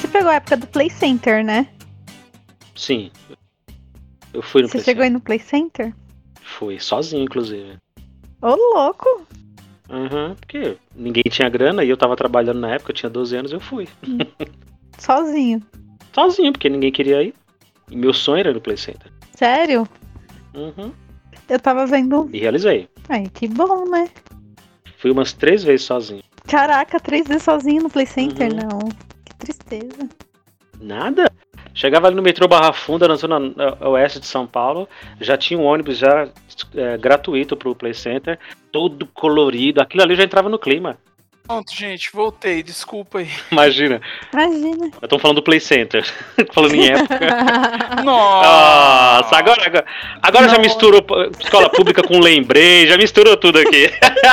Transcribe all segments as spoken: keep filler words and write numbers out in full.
pegou a época do Play Center, né? Sim. Eu fui no Você Play chegou Center. aí no Play Center? Fui, sozinho, inclusive. Ô, louco! Uhum, porque ninguém tinha grana e eu tava trabalhando na época, eu tinha doze anos, eu fui. Sozinho. Sozinho, porque ninguém queria ir. E meu sonho era ir no Play Center. Sério? Uhum. Eu tava vendo... E realizei. Ai, que bom, né? Fui umas três vezes sozinho. Caraca, três vezes sozinho no Play Center? Uhum. Não. Que tristeza. Nada. Chegava ali no metrô Barra Funda, na zona oeste de São Paulo, já tinha um ônibus já é, gratuito pro Play Center, todo colorido, aquilo ali já entrava no clima. Pronto, gente, voltei, desculpa aí. Imagina. Imagina. Nós estamos falando do Play Center, falando em época. Nossa! Nossa, agora, agora, agora já Nossa. misturou escola pública com lembrei, já misturou tudo aqui.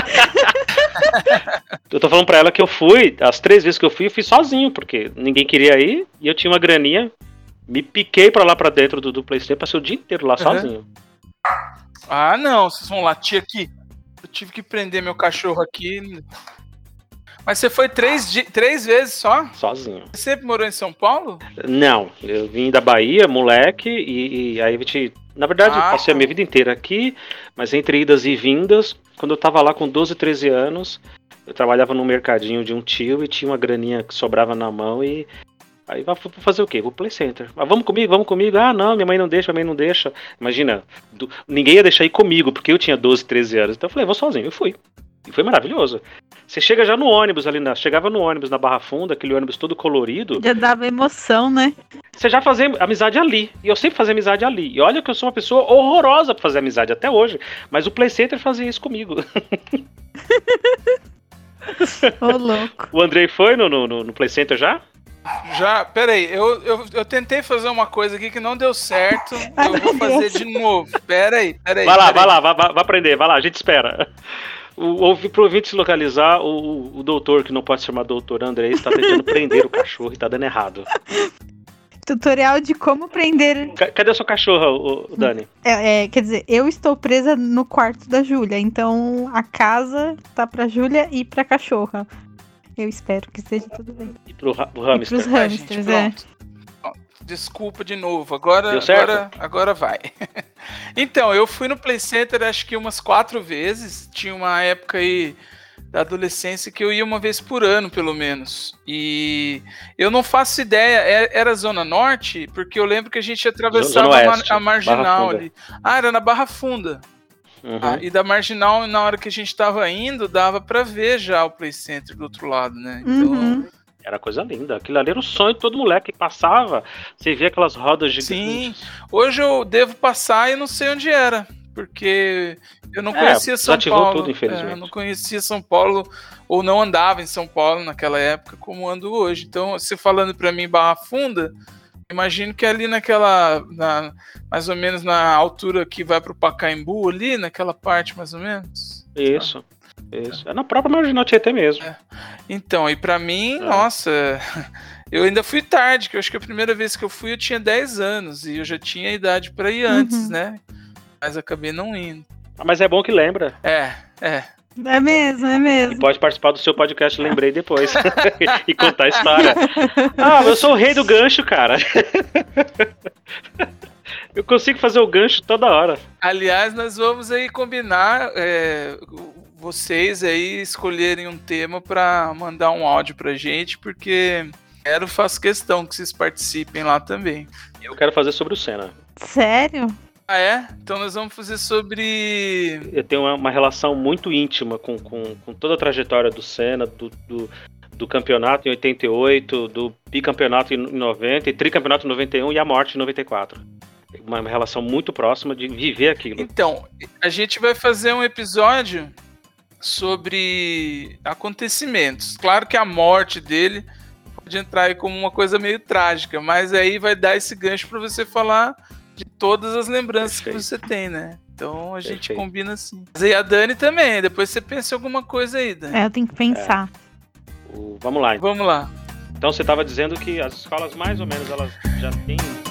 Eu tô falando pra ela que eu fui, as três vezes que eu fui, eu fui sozinho, porque ninguém queria ir, e eu tinha uma graninha, me piquei pra lá pra dentro do, do Play Center, passei o dia inteiro lá Uhum. sozinho. Ah, não, vocês vão latir aqui. Eu tive que prender meu cachorro aqui. Mas você foi três, di- três vezes só? Sozinho. Você sempre morou em São Paulo? Não, eu vim da Bahia, moleque, e, e aí a gente... Na verdade, Ah, passei a tá. minha vida inteira aqui, mas entre idas e vindas, quando eu tava lá com doze, treze anos, eu trabalhava num mercadinho de um tio e tinha uma graninha que sobrava na mão e... Aí vai fazer o quê? Vou pro Play Center. Ah, vamos comigo, vamos comigo. Ah, não, minha mãe não deixa, minha mãe não deixa. Imagina, do- ninguém ia deixar ir comigo, porque eu tinha doze, treze anos. Então eu falei, vou sozinho, eu fui. E foi maravilhoso. Você chega já no ônibus ali, na, chegava no ônibus na Barra Funda, aquele ônibus todo colorido, Já dava emoção, né? você já fazia amizade ali. E eu sempre fazia amizade ali. E olha que eu sou uma pessoa horrorosa pra fazer amizade até hoje. Mas o Play Center fazia isso comigo. Ô, louco. O Andrei foi no, no, no Play Center já? Já, peraí, eu, eu, eu tentei fazer uma coisa aqui que não deu certo. Ai, Eu meu vou fazer Deus. de novo. Peraí, peraí. Vai lá, peraí. vai lá, vai, vai vai aprender, vai lá, a gente espera. O, ouvi, pro ouvinte se localizar, o, o doutor, que não pode se chamar doutor Andrei, está tentando prender o cachorro e tá dando errado. Tutorial de como prender... Ca- Cadê a sua cachorra, o, o Dani? É, é, quer dizer, eu estou presa no quarto da Júlia, então a casa tá pra Júlia e pra cachorra. Eu espero que esteja tudo bem. E pro, ra- pro E hamster? pros Vai, gente, hamsters, é. pronto. Pronto. Desculpa de novo. Agora, Deu certo? agora, agora vai. Então, eu fui no Play Center acho que umas quatro vezes. Tinha uma época aí da adolescência que eu ia uma vez por ano, pelo menos. E eu não faço ideia. é- Era Zona Norte? Porque eu lembro que a gente atravessava Zona a, mar- Oeste, a Marginal Barra Funda. ali. Ah, era na Barra Funda. Uhum. Ah, e da Marginal, na hora que a gente tava indo, dava pra ver já o Play Center do outro lado, né? Então, Uhum. Era coisa linda. Aquilo ali era o sonho de todo moleque que passava. Você via aquelas rodas sim. gigantes. Hoje eu devo passar e não sei onde era, porque eu não É, conhecia São desativou Paulo. tudo, infelizmente. É, eu não conhecia São Paulo, ou não andava em São Paulo naquela época como ando hoje. Então, você falando pra mim Barra Funda, imagino que ali naquela, na- mais ou menos na altura que vai pro Pacaembu ali, naquela parte mais ou menos. Isso, isso. É na própria Marginal Tietê mesmo. Então, e pra mim, É. nossa, eu ainda fui tarde, que eu acho que a primeira vez que eu fui eu tinha dez anos e eu já tinha idade pra ir antes, Uhum. né? Mas acabei não indo. Ah, mas é bom que lembra. É, é. É mesmo, é E mesmo. pode participar do seu podcast Lembrei depois. E contar a história. Ah, eu sou o rei do gancho, cara. Eu consigo fazer o gancho toda hora. Aliás, nós vamos aí combinar, é, vocês aí escolherem um tema pra mandar um áudio pra gente, porque quero, faço questão que vocês participem lá também. Eu quero fazer sobre o Senna. Sério? Ah, é? Então nós vamos fazer sobre... Eu tenho uma, uma relação muito íntima com, com, com toda a trajetória do Senna, do, do, do campeonato em oitenta e oito, do bicampeonato em noventa, e tricampeonato em noventa e um e a morte em noventa e quatro. Uma, uma relação muito próxima de viver aquilo. Então, a gente vai fazer um episódio sobre acontecimentos. Claro que a morte dele pode entrar aí como uma coisa meio trágica, mas aí vai dar esse gancho para você falar de todas as lembranças Perfeito. que você tem, né? Então a gente Perfeito. combina assim. Mas aí a Dani também, depois você pensa em alguma coisa aí, Dani. É, eu tenho que pensar. O- vamos lá. Vamos lá. Então você estava dizendo que as escolas mais ou menos elas já têm